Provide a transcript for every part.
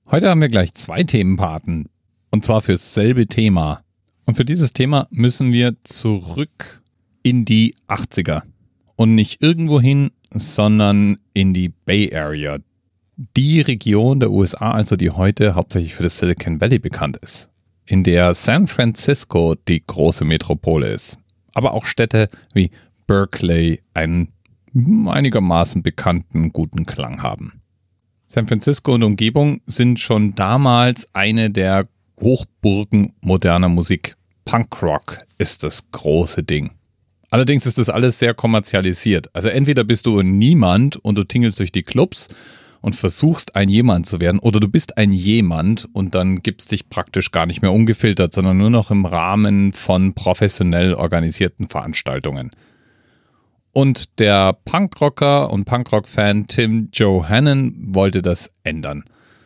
Heute haben wir gleich 2 Themenpaten. Und zwar fürs selbe Thema. Und für dieses Thema müssen wir zurück in die 80er. Und nicht irgendwo hin, sondern in die Bay Area. Die Region der USA, also die heute hauptsächlich für das Silicon Valley bekannt ist. In der San Francisco die große Metropole ist. Aber auch Städte wie Berkeley einen einigermaßen bekannten, guten Klang haben. San Francisco und Umgebung sind schon damals eine der Hochburgen moderner Musik. Punkrock ist das große Ding. Allerdings ist das alles sehr kommerzialisiert. Also entweder bist du niemand und du tingelst durch die Clubs und versuchst ein Jemand zu werden, oder du bist ein Jemand und dann gibt's dich praktisch gar nicht mehr ungefiltert, sondern nur noch im Rahmen von professionell organisierten Veranstaltungen. Und der Punkrocker und Punkrock-Fan Tim Johannan wollte das ändern.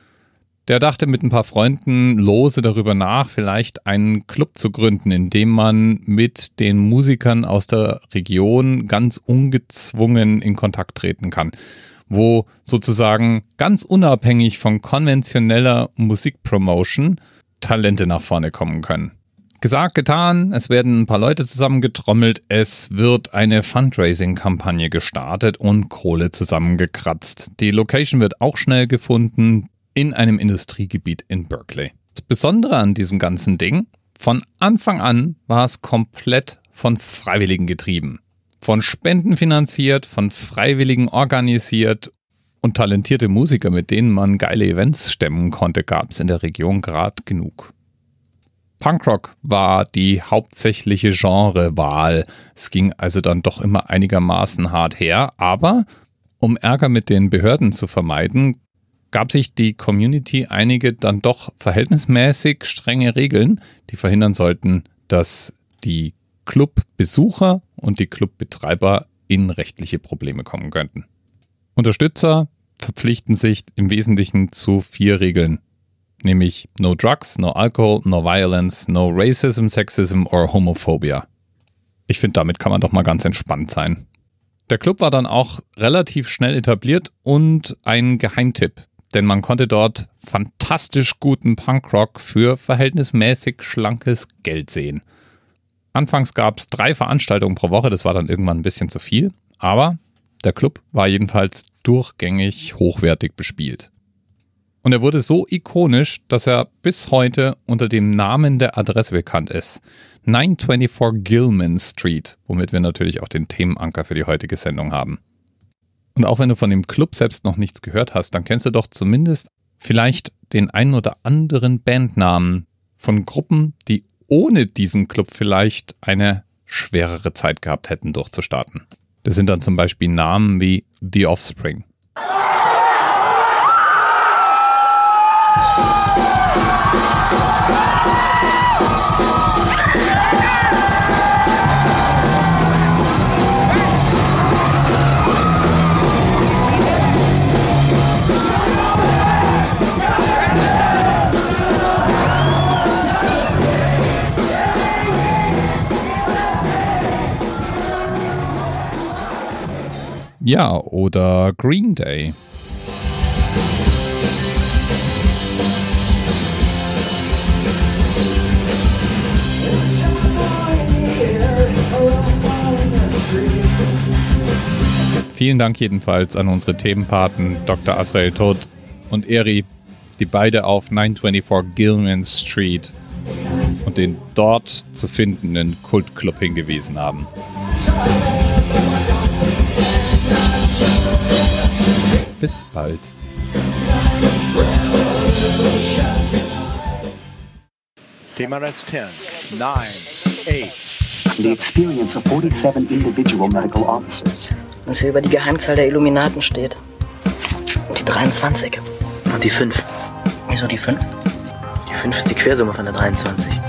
Der dachte mit ein paar Freunden lose darüber nach, vielleicht einen Club zu gründen, in dem man mit den Musikern aus der Region ganz ungezwungen in Kontakt treten kann, wo sozusagen ganz unabhängig von konventioneller Musikpromotion Talente nach vorne kommen können. Gesagt, getan, es werden ein paar Leute zusammengetrommelt, es wird eine Fundraising-Kampagne gestartet und Kohle zusammengekratzt. Die Location wird auch schnell gefunden in einem Industriegebiet in Berkeley. Das Besondere an diesem ganzen Ding, von Anfang an war es komplett von Freiwilligen getrieben. Von Spenden finanziert, von Freiwilligen organisiert und talentierte Musiker, mit denen man geile Events stemmen konnte, gab es in der Region gerade genug. Punkrock war die hauptsächliche Genrewahl. Es ging also dann doch immer einigermaßen hart her, aber um Ärger mit den Behörden zu vermeiden, gab sich die Community einige dann doch verhältnismäßig strenge Regeln, die verhindern sollten, dass die Clubbesucher und die Clubbetreiber in rechtliche Probleme kommen könnten. Unterstützer verpflichten sich im Wesentlichen zu 4 Regeln. Nämlich no drugs, no alcohol, no violence, no racism, sexism or homophobia. Ich finde, damit kann man doch mal ganz entspannt sein. Der Club war dann auch relativ schnell etabliert und ein Geheimtipp, denn man konnte dort fantastisch guten Punkrock für verhältnismäßig schlankes Geld sehen. Anfangs gab es 3 Veranstaltungen pro Woche, das war dann irgendwann ein bisschen zu viel, aber der Club war jedenfalls durchgängig hochwertig bespielt. Und er wurde so ikonisch, dass er bis heute unter dem Namen der Adresse bekannt ist. 924 Gilman Street, womit wir natürlich auch den Themenanker für die heutige Sendung haben. Und auch wenn du von dem Club selbst noch nichts gehört hast, dann kennst du doch zumindest vielleicht den einen oder anderen Bandnamen von Gruppen, die ohne diesen Club vielleicht eine schwerere Zeit gehabt hätten, durchzustarten. Das sind dann zum Beispiel Namen wie The Offspring. Ja, oder Green Day. Vielen Dank jedenfalls an unsere Themenpaten Dr. Azrael Todt und Eri, die beide auf 924 Gilman Street und den dort zu findenden Kultclub hingewiesen haben. Bis bald. TMRS 10, 9, 8. The experience of 47 individual medical officers. Was hier über die Geheimzahl der Illuminaten steht. Und die 23. Und die 5. Wieso die 5? Die 5 ist die Quersumme von der 23.